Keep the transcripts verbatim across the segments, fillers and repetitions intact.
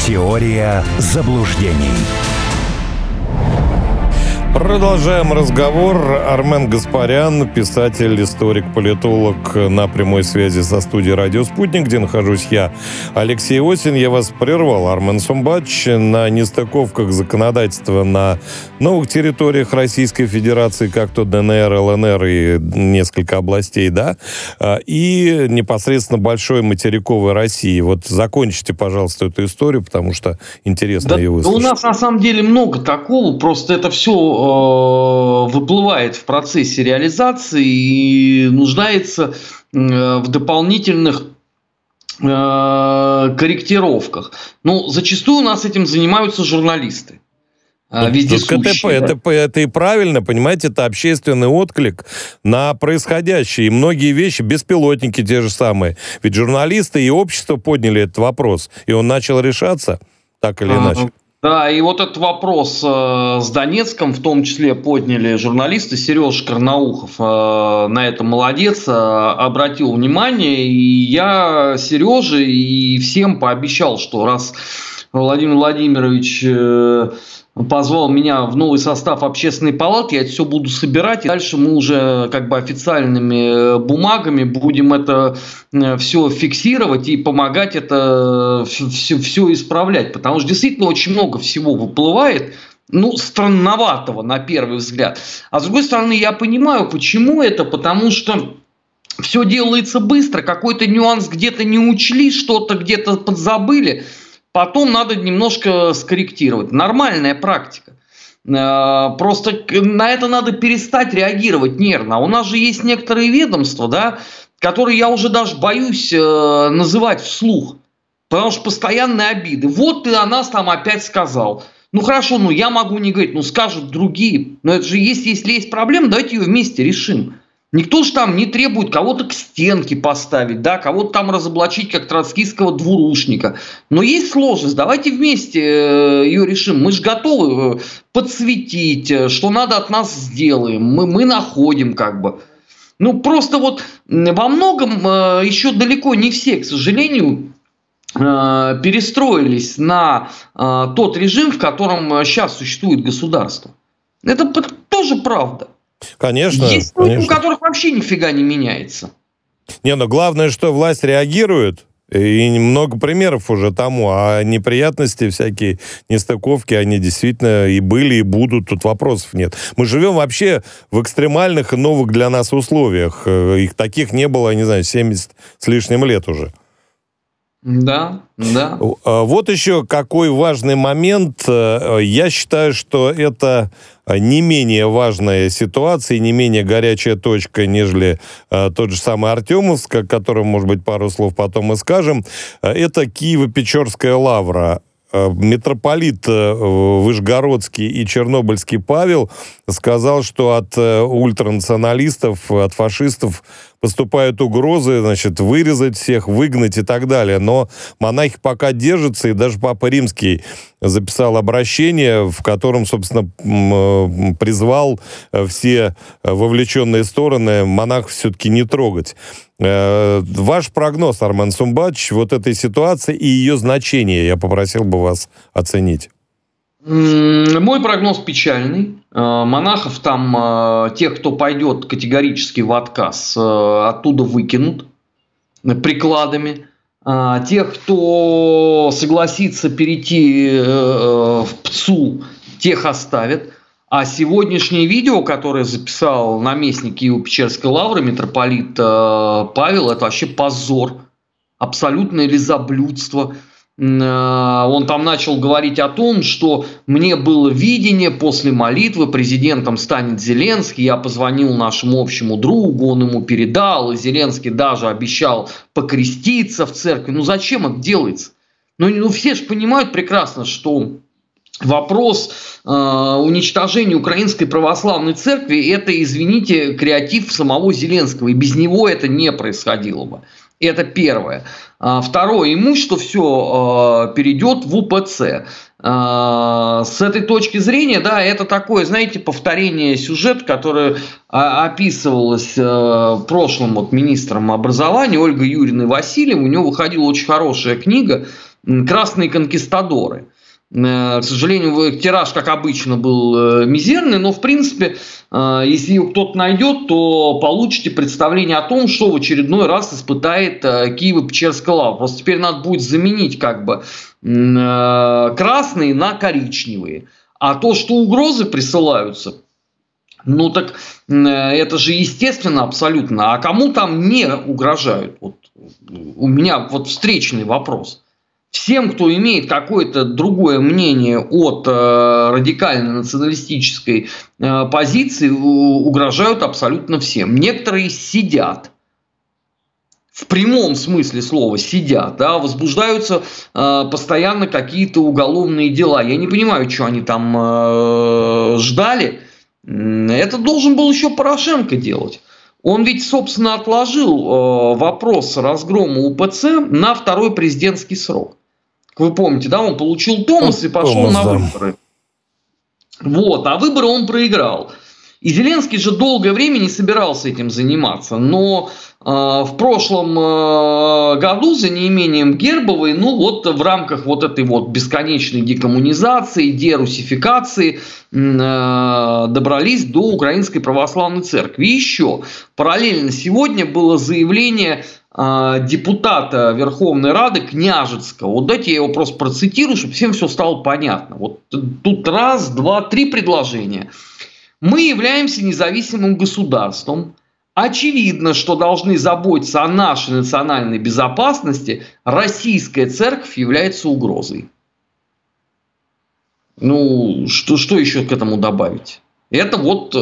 Теория заблуждений. Продолжаем разговор. Армен Гаспарян, писатель, историк, политолог, на прямой связи со студией «Радио Спутник», где нахожусь я, Алексей Осин. Я вас прервал, Армен Сумбач, на нестыковках законодательства на новых территориях Российской Федерации, как то ДНР, ЛНР и несколько областей, да, и непосредственно большой материковой России. Вот закончите, пожалуйста, эту историю, потому что интересно да, ее выслушать. Да у нас на самом деле много такого, просто это все выплывает в процессе реализации и нуждается в дополнительных корректировках. Ну, зачастую у нас этим занимаются журналисты. Вездесущие. Это, это, это и правильно, понимаете, это общественный отклик на происходящее. И многие вещи, беспилотники те же самые. Ведь журналисты и общество подняли этот вопрос, и он начал решаться, так или иначе. А-а-а. Да, и вот этот вопрос э, с Донецком в том числе подняли журналисты. Сережа Карнаухов э, на это молодец, э, обратил внимание. И я Сереже и всем пообещал, что раз Владимир Владимирович э, позвал меня в новый состав Общественной палаты, я это все буду собирать. И дальше мы уже как бы официальными бумагами будем это все фиксировать и помогать это все, все исправлять. Потому что действительно очень много всего выплывает, ну, странноватого на первый взгляд. А с другой стороны, я понимаю, почему это, потому что все делается быстро, какой-то нюанс где-то не учли, что-то где-то подзабыли. Потом надо немножко скорректировать. Нормальная практика. Просто на это надо перестать реагировать нервно. У нас же есть некоторые ведомства, да, которые я уже даже боюсь называть вслух. Потому что постоянные обиды. Вот ты о нас там опять сказал. Ну хорошо, ну я могу не говорить, ну скажут другие. Но это же есть, если есть проблема, давайте ее вместе решим. Никто же там не требует кого-то к стенке поставить, да, кого-то там разоблачить как троцкистского двурушника. Но есть сложность, давайте вместе ее решим. Мы же готовы подсветить, что надо от нас сделаем. Мы, мы находим как бы. Ну просто вот во многом еще далеко не все, к сожалению, перестроились на тот режим, в котором сейчас существует государство. Это тоже правда. Конечно. Есть люди, у которых вообще нифига не меняется. Не, но главное, что власть реагирует. И много примеров уже тому. А неприятности всякие, нестыковки, они действительно и были, и будут. Тут вопросов нет. Мы живем вообще в экстремальных и новых для нас условиях. Их таких не было, не знаю, семьдесят с лишним лет уже. Да, да. Вот еще какой важный момент. Я считаю, что это не менее важная ситуация, не менее горячая точка, нежели тот же самый Артемовск, о котором, может быть, пару слов потом мы скажем. Это Киево-Печорская лавра. Митрополит Вышгородский и Чернобыльский Павел сказал, что от ультранационалистов, от фашистов поступают угрозы, значит, вырезать всех, выгнать и так далее. Но монахи пока держатся, и даже Папа Римский записал обращение, в котором, собственно, призвал все вовлеченные стороны монахов все-таки не трогать. Ваш прогноз, Армен Сумбач, вот этой ситуации и ее значение, я попросил бы вас оценить. Мой прогноз печальный. Монахов там, тех, кто пойдет категорически в отказ, оттуда выкинут прикладами. Тех, кто согласится перейти в ПЦУ, тех оставят. А сегодняшнее видео, которое записал наместник Киево-Печерской лавры, митрополит Павел, это вообще позор, абсолютное лизоблюдство. Он там начал говорить о том, что мне было видение после молитвы, президентом станет Зеленский, я позвонил нашему общему другу, он ему передал, и Зеленский даже обещал покреститься в церкви. Ну зачем это делается? Ну, ну все же понимают прекрасно, что вопрос э, уничтожения Украинской Православной Церкви – это, извините, креатив самого Зеленского, и без него это не происходило бы. Это первое. Второе, имущество все перейдет в УПЦ. С этой точки зрения, да, это такое, знаете, повторение сюжета, которое описывалось прошлым вот министром образования Ольгой Юрьевной Васильевой. У нее выходила очень хорошая книга красные конкистадоры. К сожалению, тираж, как обычно, был мизерный, но, в принципе, если ее кто-то найдет, то получите представление о том, что в очередной раз испытает Киево-Печерская лавра. Просто теперь надо будет заменить как бы красные на коричневые. А то, что угрозы присылаются, ну так это же естественно абсолютно. А кому там не угрожают? Вот у меня вот встречный вопрос. Всем, кто имеет какое-то другое мнение от э, радикальной националистической э, позиции, у, угрожают абсолютно всем. Некоторые сидят, в прямом смысле слова сидят, да, возбуждаются э, постоянно какие-то уголовные дела. Я не понимаю, что они там э, ждали. Это должен был еще Порошенко делать. Он ведь, собственно, отложил э, вопрос разгрома УПЦ на второй президентский срок. Вы помните, да, он получил Томас и пошел Томас, на выборы. Да. Вот, а выборы он проиграл. И Зеленский же долгое время не собирался этим заниматься. Но э, в прошлом э, году за неимением Гербовой, ну вот в рамках вот этой вот бесконечной декоммунизации, дерусификации э, добрались до Украинской Православной Церкви. И еще параллельно сегодня было заявление депутата Верховной Рады Княжицкого. Вот дайте я его просто процитирую, чтобы всем все стало понятно. Вот тут раз, два, три предложения. Мы являемся независимым государством. Очевидно, что должны заботиться о нашей национальной безопасности. Российская церковь является угрозой. Ну, что, что еще к этому добавить? Это вот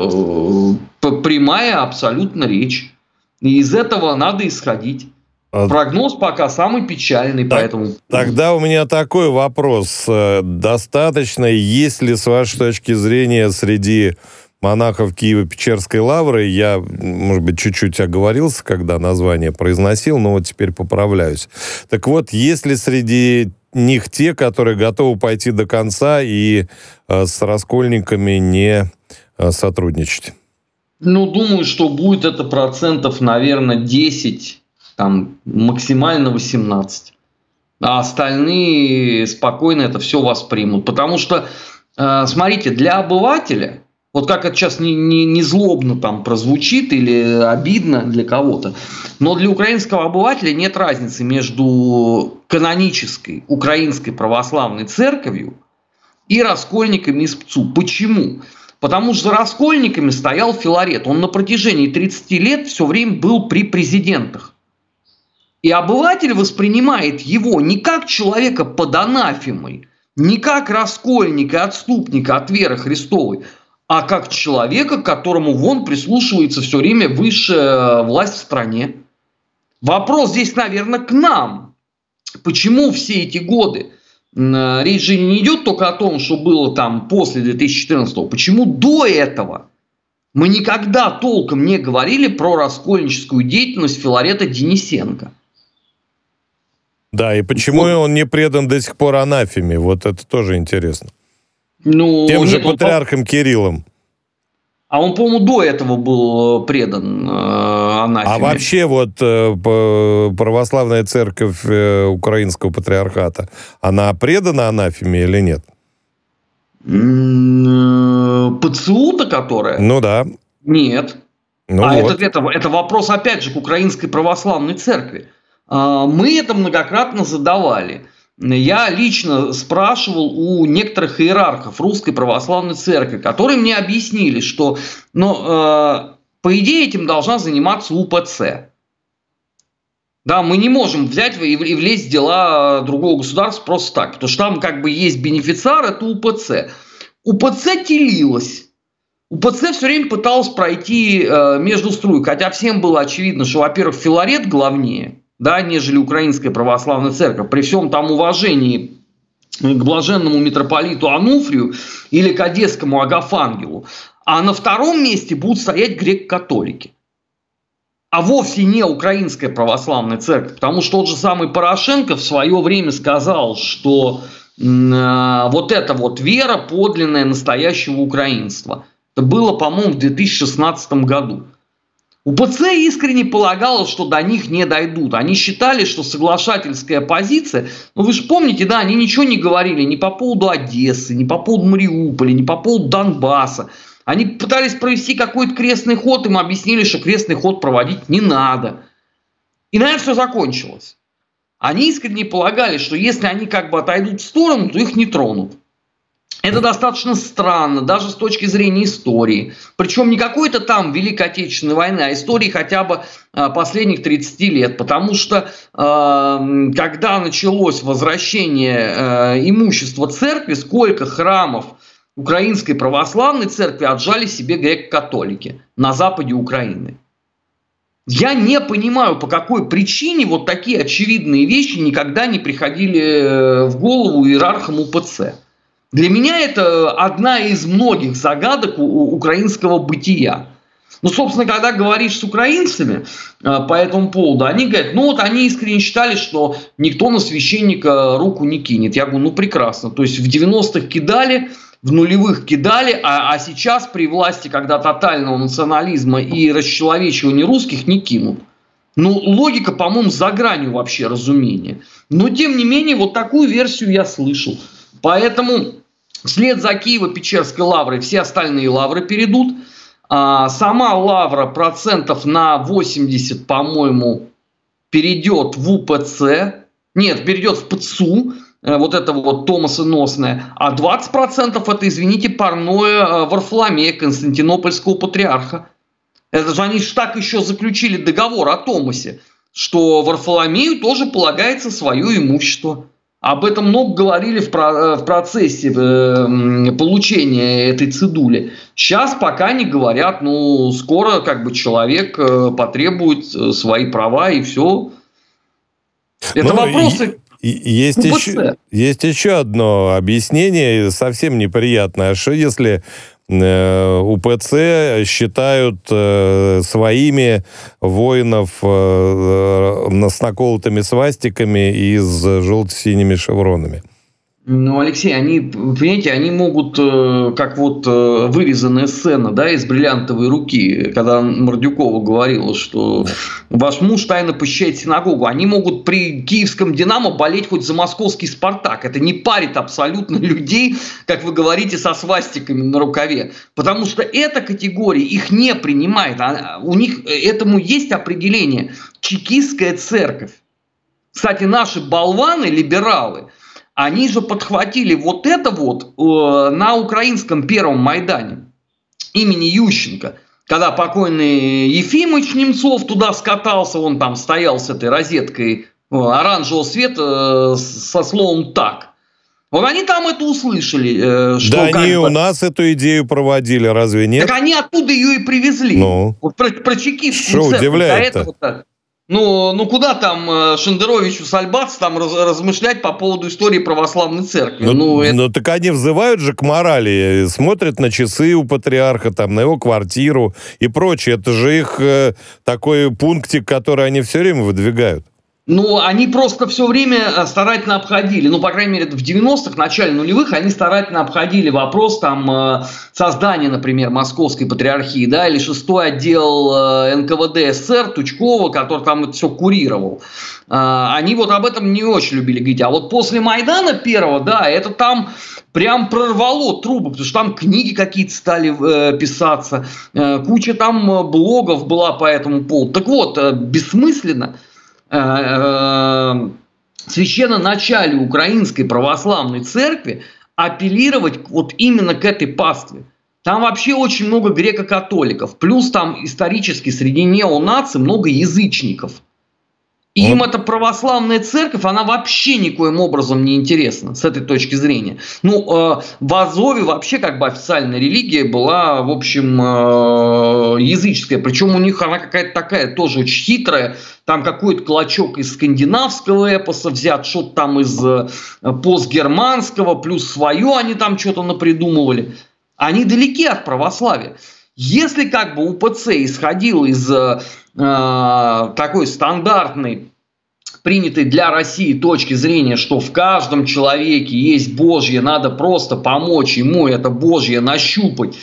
э, прямая абсолютно речь. И из этого надо исходить. Прогноз пока самый печальный. Так, поэтому... Тогда у меня такой вопрос. Достаточно, есть ли, с вашей точки зрения, среди монахов Киево-Печерской лавры, я, может быть, чуть-чуть оговорился, когда название произносил, но вот теперь поправляюсь. Так вот, есть ли среди них те, которые готовы пойти до конца и с раскольниками не сотрудничать? Ну, думаю, что будет это процентов, наверное, десять, там, максимально восемнадцать. А остальные спокойно это все воспримут. Потому что, э, смотрите, для обывателя, вот как это сейчас не, не, не злобно там прозвучит или обидно для кого-то, но для украинского обывателя нет разницы между канонической Украинской Православной Церковью и раскольниками из ПЦУ. Почему? Потому что за раскольниками стоял Филарет. Он на протяжении тридцати лет все время был при президентах. И обыватель воспринимает его не как человека под анафемой, не как раскольника, отступника от веры Христовой, а как человека, к которому вон прислушивается все время высшая власть в стране. Вопрос здесь, наверное, к нам. Почему все эти годы речь же не идет только о том, что было там после две тысячи четырнадцатого. Почему до этого мы никогда толком не говорили про раскольническую деятельность Филарета Денисенко? Да, и почему вот. Он не предан до сих пор анафеме? Вот это тоже интересно. Ну, Тем же нет, патриархом он... Кириллом. А он, по-моему, до этого был предан э, анафеме. А вообще вот э, православная церковь э, Украинского патриархата, она предана анафеме или нет? ПЦУ-то которая? Ну да. Нет. Ну а вот. это, это, это вопрос, опять же, к Украинской Православной Церкви. Мы это многократно задавали. Я лично спрашивал у некоторых иерархов Русской Православной Церкви, которые мне объяснили, что ну, э, по идее этим должна заниматься УПЦ. Да, мы не можем взять и влезть в дела другого государства просто так, потому что там как бы есть бенефициар, это УПЦ. УПЦ телилась. УПЦ все время пыталась пройти э, между струйкой, хотя всем было очевидно, что, во-первых, Филарет главнее, да, нежели Украинская Православная Церковь, при всем там уважении к блаженному митрополиту Ануфрию или к одесскому Агафангелу. А на втором месте будут стоять греко-католики. А вовсе не Украинская Православная Церковь. Потому что тот же самый Порошенко в свое время сказал, что э, вот эта вот вера подлинная настоящего украинства. Это было, по-моему, в две тысячи шестнадцатом году. УПЦ искренне полагала, что до них не дойдут. Они считали, что соглашательская позиция... Ну, вы же помните, да, они ничего не говорили ни по поводу Одессы, ни по поводу Мариуполя, ни по поводу Донбасса. Они пытались провести какой-то крестный ход, им объяснили, что крестный ход проводить не надо. И на этом все закончилось. Они искренне полагали, что если они как бы отойдут в сторону, то их не тронут. Это достаточно странно, даже с точки зрения истории. Причем не какой-то там Великой Отечественной войны, а истории хотя бы э, последних тридцати лет. Потому что э, когда началось возвращение э, имущества церкви, сколько храмов Украинской Православной Церкви отжали себе греко-католики на западе Украины. Я не понимаю, по какой причине вот такие очевидные вещи никогда не приходили в голову иерархам УПЦ. Для меня это одна из многих загадок украинского бытия. Ну, собственно, когда говоришь с украинцами по этому поводу, они говорят, ну вот они искренне считали, что никто на священника руку не кинет. Я говорю, ну прекрасно. То есть в девяностых кидали, в нулевых кидали, а, а сейчас при власти, когда тотального национализма и расчеловечивания русских, не кинут. Ну, логика, по-моему, за гранью вообще разумения. Но, тем не менее, вот такую версию я слышал. Поэтому вслед за Киево-Печерской лаврой все остальные лавры перейдут. А сама лавра процентов на восемьдесят, по-моему, перейдет в УПЦ. Нет, перейдет в ПЦУ. Вот это вот томасоносное. А двадцать процентов это, извините, парное Варфоломея, Константинопольского патриарха. Это же они ж так еще заключили договор о Томасе, что Варфоломею тоже полагается свое имущество. Об этом много говорили в, про, в процессе э, получения этой цедули. Сейчас пока не говорят, ну, скоро как бы человек э, потребует свои права и все. Это ну, вопросы... Есть еще, есть еще одно объяснение, совсем неприятное. А что если э, УПЦ считают э, своими воинов э, с наколотыми свастиками и с желто-синими шевронами? Ну, Алексей, они, понимаете, они могут, как вот вырезанная сцена, да, из «Бриллиантовой руки», когда Мордюкова говорила, что ваш муж тайно посещает синагогу, они могут при киевском «Динамо» болеть хоть за московский «Спартак». Это не парит абсолютно людей, как вы говорите, со свастиками на рукаве. Потому что эта категория их не принимает. У них этому есть определение. Чекистская церковь. Кстати, наши болваны, либералы, они же подхватили вот это вот э, на украинском первом Майдане имени Ющенко, когда покойный Ефимыч Немцов туда скатался, он там стоял с этой розеткой э, оранжевого света э, со словом «так». Вот они там это услышали. Э, что да они бы... у нас эту идею проводили, разве нет? Так они оттуда ее и привезли. Ну, вот про, про чекистскую церковь. Что удивляет-то? Ну, ну куда там Шендеровичу Сальбац там раз, размышлять по поводу истории православной церкви? Ну, ну, это... ну так они взывают же к морали, смотрят на часы у патриарха, там, на его квартиру и прочее. Это же их э, такой пунктик, который они все время выдвигают. Ну, они просто все время старательно обходили, ну, по крайней мере, в девяностых, в начале нулевых, они старательно обходили вопрос там создания, например, Московской патриархии, да, или шестой отдел эн ка вэ дэ эс эс эр Тучкова, который там это все курировал. Они вот об этом не очень любили говорить. А вот после Майдана первого, да, это там прям прорвало трубы, потому что там книги какие-то стали э, писаться, э, куча там блогов была по этому поводу. Так вот, э, бессмысленно священноначалию Украинской Православной Церкви апеллировать вот именно к этой пастве. Там вообще очень много греко-католиков, плюс там исторически среди неонаций много язычников. И им эта православная церковь, она вообще никоим образом не интересна с этой точки зрения. Ну, э, в Азове вообще как бы официальная религия была, в общем, э, языческая. Причем у них она какая-то такая тоже очень хитрая. Там какой-то клочок из скандинавского эпоса взят, что-то там из э, постгерманского, плюс свое они там что-то напридумывали. Они далеки от православия. Если как бы УПЦ исходил из э, такой стандартной, принятой для России точки зрения, что в каждом человеке есть Божье, надо просто помочь ему это Божье нащупать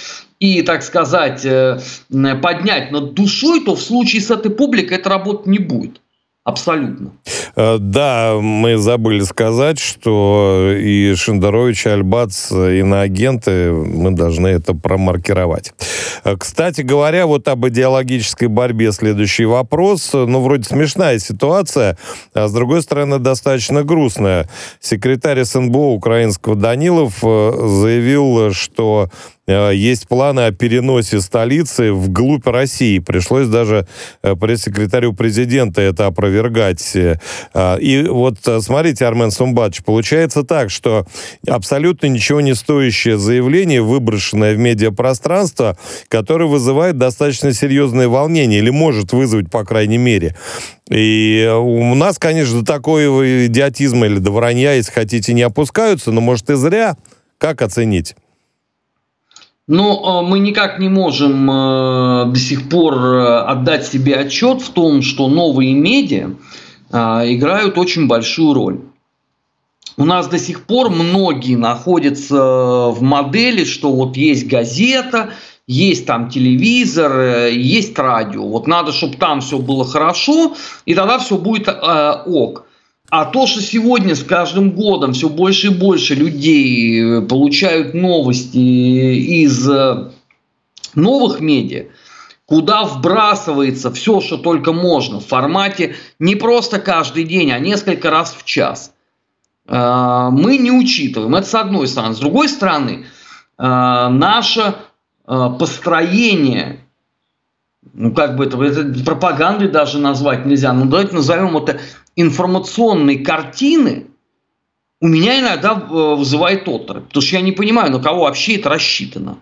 и, так сказать, поднять над душой, то в случае с этой публикой это работать не будет. Абсолютно. Да, мы забыли сказать, что и Шендерович, и Альбац, иноагенты, мы должны это промаркировать. Кстати говоря, вот об идеологической борьбе следующий вопрос. Ну, вроде смешная ситуация, а с другой стороны, достаточно грустная. Секретарь СНБО украинского Данилов заявил, что есть планы о переносе столицы вглубь России. Пришлось даже пресс-секретарю президента это опровергать. И вот смотрите, Армен Сумбатович, получается так, что абсолютно ничего не стоящее заявление, выброшенное в медиапространство, которое вызывает достаточно серьезное волнение, или может вызвать, по крайней мере. И у нас, конечно, до такого идиотизма или до вранья, если хотите, не опускаются, но, может, и зря. Как оценить? Но мы никак не можем до сих пор отдать себе отчет в том, что новые медиа играют очень большую роль. У нас до сих пор многие находятся в модели, что вот есть газета, есть там телевизор, есть радио. Вот надо, чтобы там все было хорошо, и тогда все будет ок. А то, что сегодня с каждым годом все больше и больше людей получают новости из новых медиа, куда вбрасывается все, что только можно, в формате не просто каждый день, а несколько раз в час, мы не учитываем. Это с одной стороны. С другой стороны, наше построение, ну как бы это, это пропагандой даже назвать нельзя, но давайте назовем это информационной картины, у меня иногда вызывает оторопь. Потому что я не понимаю, на кого вообще это рассчитано.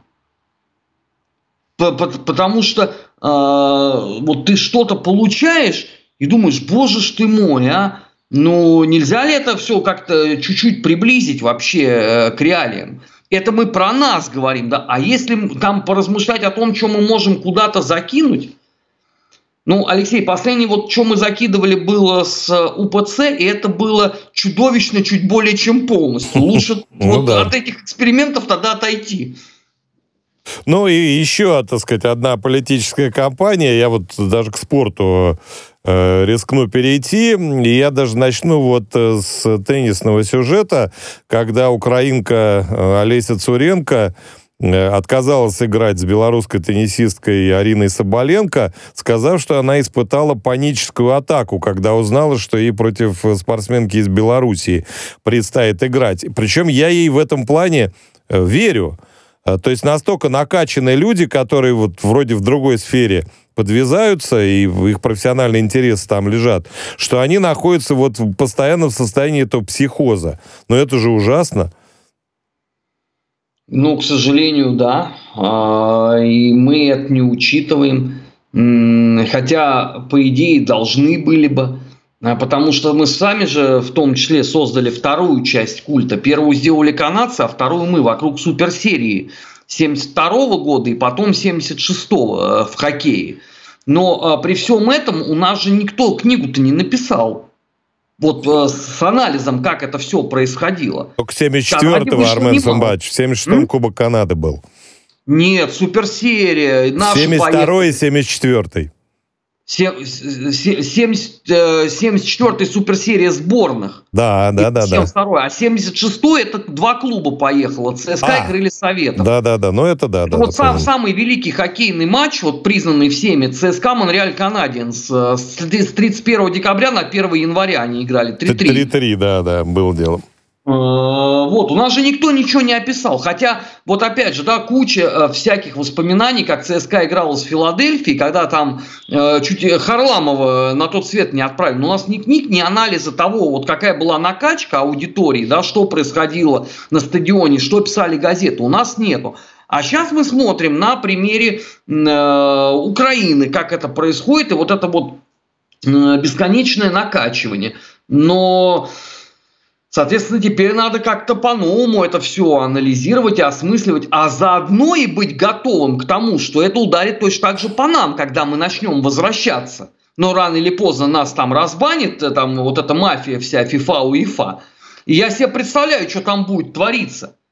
Потому что э, вот ты что-то получаешь и думаешь, боже ж ты мой, а? Ну нельзя ли это все как-то чуть-чуть приблизить вообще э, к реалиям? Это мы про нас говорим, да? А если там поразмышлять о том, что мы можем куда-то закинуть. Ну, Алексей, последнее, вот что мы закидывали, было с УПЦ, и это было чудовищно чуть более чем полностью. Лучше вот от этих экспериментов тогда отойти. Ну и еще, так сказать, одна политическая кампания, я вот даже к спорту э, рискну перейти, и я даже начну вот с теннисного сюжета, когда украинка Олеся Цуренко отказалась играть с белорусской теннисисткой Ариной Соболенко, сказав, что она испытала паническую атаку, когда узнала, что ей против спортсменки из Белоруссии предстоит играть. Причем я ей в этом плане верю. То есть настолько накачанные люди, которые вот вроде в другой сфере подвязаются, и их профессиональные интересы там лежат, что они находятся вот постоянно в состоянии этого психоза. Но это же ужасно. Ну, к сожалению, да. И мы это не учитываем. Хотя, по идее, должны были бы. Потому что мы сами же, в том числе, создали вторую часть культа. Первую сделали канадцы, а вторую мы вокруг суперсерии семьдесят второго года и потом семьдесят шестого в хоккее. Но при всем этом у нас же никто книгу-то не написал. Вот с анализом, как это все происходило. Только семьдесят четвёртого, Армен Сумбатович, в семьдесят шестом Кубок Канады был. Нет, суперсерия. семьдесят второй и семьдесят четвёртый. семьдесят четвёртая суперсерия сборных. Да, да, да. семьдесят второй. А семьдесят шестой это два клуба поехало. ЦСКА а, и Крылья Советов. Да, да, да. Ну это да. Это да вот сам, самый великий хоккейный матч, вот признанный всеми, ЦСКА Монреаль Канадиенс. С тридцать первого декабря на первого января они играли. три-три. три-три, да, да, было дело. Вот, у нас же никто ничего не описал. Хотя, вот опять же, да, куча всяких воспоминаний, как ЦСКА играла с Филадельфией, когда там э, чуть Харламова на тот свет не отправили. Но у нас ни книг, ни анализа того, вот какая была накачка аудитории, да, что происходило на стадионе, что писали газеты, у нас нету. А сейчас мы смотрим на примере э, Украины, как это происходит, и вот это вот э, бесконечное накачивание. Но... Соответственно, теперь надо как-то по-новому это все анализировать и осмысливать, а заодно и быть готовым к тому, что это ударит точно так же по нам, когда мы начнем возвращаться. Но рано или поздно нас там разбанит, там вот эта мафия вся, ФИФА, УЕФА. И я себе представляю, что там будет твориться.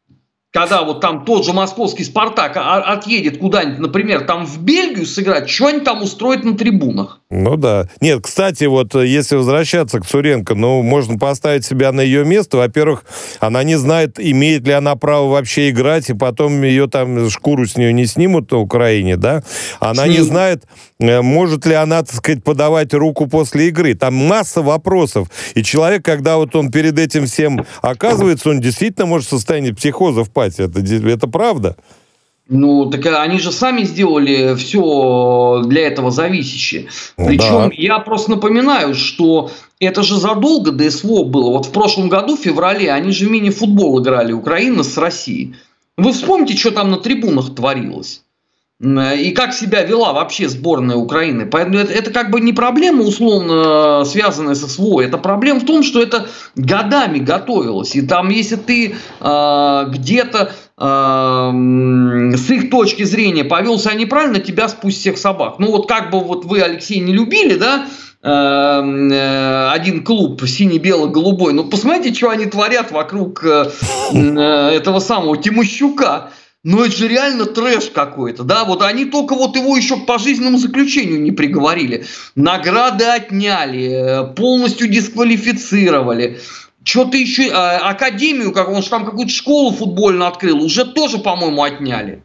Когда вот там тот же московский «Спартак» отъедет куда-нибудь, например, там в Бельгию сыграть, что они там устроят на трибунах? Ну да. Нет, кстати, вот если возвращаться к Цуренко, ну, можно поставить себя на ее место. Во-первых, она не знает, имеет ли она право вообще играть, и потом ее там, шкуру с нее не снимут на Украине, да? Она не знает, может ли она, так сказать, подавать руку после игры. Там масса вопросов. И человек, когда вот он перед этим всем оказывается, он действительно может в состоянии психоза впасть. Это, это правда? Ну, так они же сами сделали все для этого зависящее. Причем да. Я просто напоминаю, что это же задолго до СВО было. Вот в прошлом году, в феврале, они же в мини-футбол играли, Украина с Россией. Вы вспомните, что там на трибунах творилось. И как себя вела вообще сборная Украины. Поэтому это, это как бы не проблема, условно, связанная со СВО. Это проблема в том, что это годами готовилось. И там, если ты э, где-то э, с их точки зрения повел себя неправильно, тебя спустят всех собак. Ну вот как бы вот вы, Алексей, не любили, да, э, э, один клуб синий-бело-голубой. Ну посмотрите, что они творят вокруг э, э, этого самого Тимощука. Ну, это же реально трэш какой-то, да, вот они только вот его еще к пожизненному заключению не приговорили, награды отняли, полностью дисквалифицировали, что-то еще, академию, как он же там какую-то школу футбольную открыл, уже тоже, по-моему, отняли.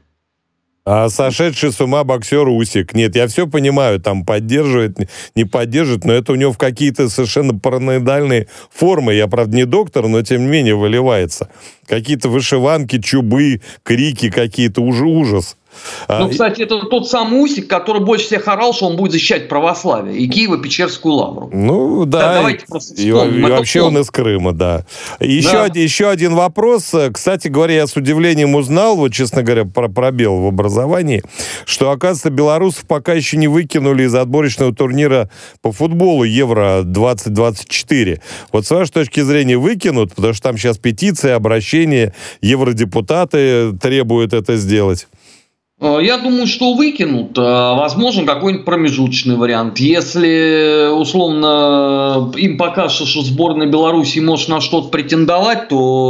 А сошедший с ума боксер Усик. Нет, я все понимаю, там поддерживает, не поддерживает, но это у него в какие-то совершенно параноидальные формы. Я, правда, не доктор, но тем не менее выливается. Какие-то вышиванки, чубы, крики какие-то, уже ужас. Ну, кстати, это тот самый Усик, который больше всех орал, что он будет защищать православие и Киево-Печерскую лавру. Ну, да. да давайте просто и, и вообще он из Крыма, да. Еще, да. Один, еще один вопрос. Кстати говоря, я с удивлением узнал, вот, честно говоря, про пробел в образовании, что, оказывается, белорусов пока еще не выкинули из отборочного турнира по футболу Евро двадцать двадцать четыре. Вот с вашей точки зрения выкинут, потому что там сейчас петиции, обращения, евродепутаты требуют это сделать. Я думаю, что выкинут. Возможен какой-нибудь промежуточный вариант. Если, условно, им покажется, что сборная Беларуси может на что-то претендовать,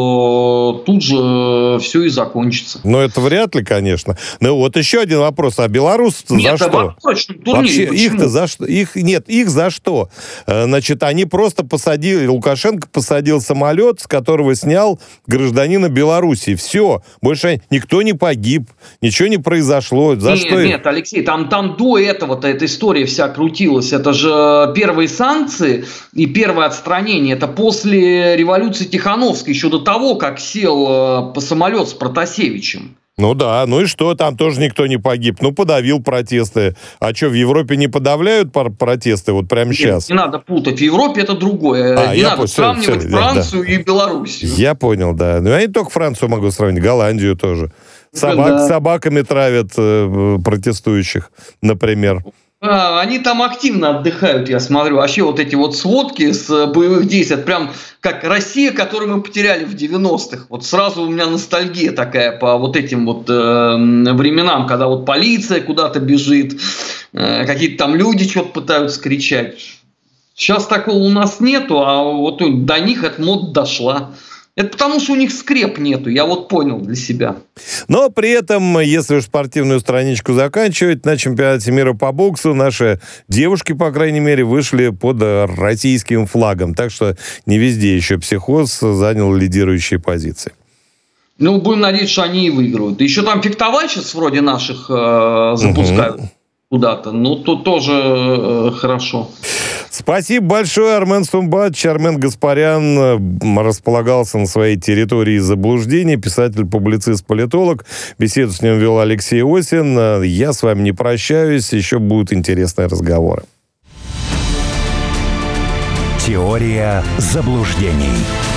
то тут же все и закончится. Но это вряд ли, конечно. Ну вот еще один вопрос. А белорусы за что? Вообще, их-то за что? Их, нет, их за что? Значит, они просто посадили, Лукашенко посадил самолет, с которого снял гражданина Беларуси. Все. Больше никто не погиб, ничего не произошло. Зашло. За нет, что? Нет, Алексей, там, там до этого-то эта история вся крутилась. Это же первые санкции и первое отстранение. Это после революции Тихановской, еще до того, как сел по самолет с Протасевичем. Ну да, ну и что, там тоже никто не погиб. Ну, подавил протесты. А что, в Европе не подавляют протесты вот прямо Нет, сейчас? Не надо путать. В Европе это другое. А, не надо понял, сравнивать все, Францию да. и Белоруссию. Я понял, да. Ну, я не только Францию могу сравнить, Голландию тоже. Собак, да. Собаками травят э, протестующих, например. А, они там активно отдыхают, я смотрю. Вообще вот эти вот сводки с боевых действий, это прям как Россия, которую мы потеряли в девяностых. Вот сразу у меня ностальгия такая по вот этим вот э, временам, когда вот полиция куда-то бежит, э, какие-то там люди что-то пытаются кричать. Сейчас такого у нас нету, а вот до них эта мода дошла. Это потому, что у них скреп нету, я вот понял для себя. Но при этом, если уж спортивную страничку заканчивать, на чемпионате мира по боксу наши девушки, по крайней мере, вышли под российским флагом. Так что не везде еще психоз занял лидирующие позиции. Ну, будем надеяться, что они и выиграют. Еще там фехтовальщиц вроде наших э, запускают угу. куда-то. Ну, то тоже э, хорошо. Спасибо большое, Армен Сумбатович. Армен Гаспарян располагался на своей территории заблуждений. Писатель, публицист, политолог. Беседу с ним вел Алексей Осин. Я с вами не прощаюсь. Еще будут интересные разговоры. Теория заблуждений.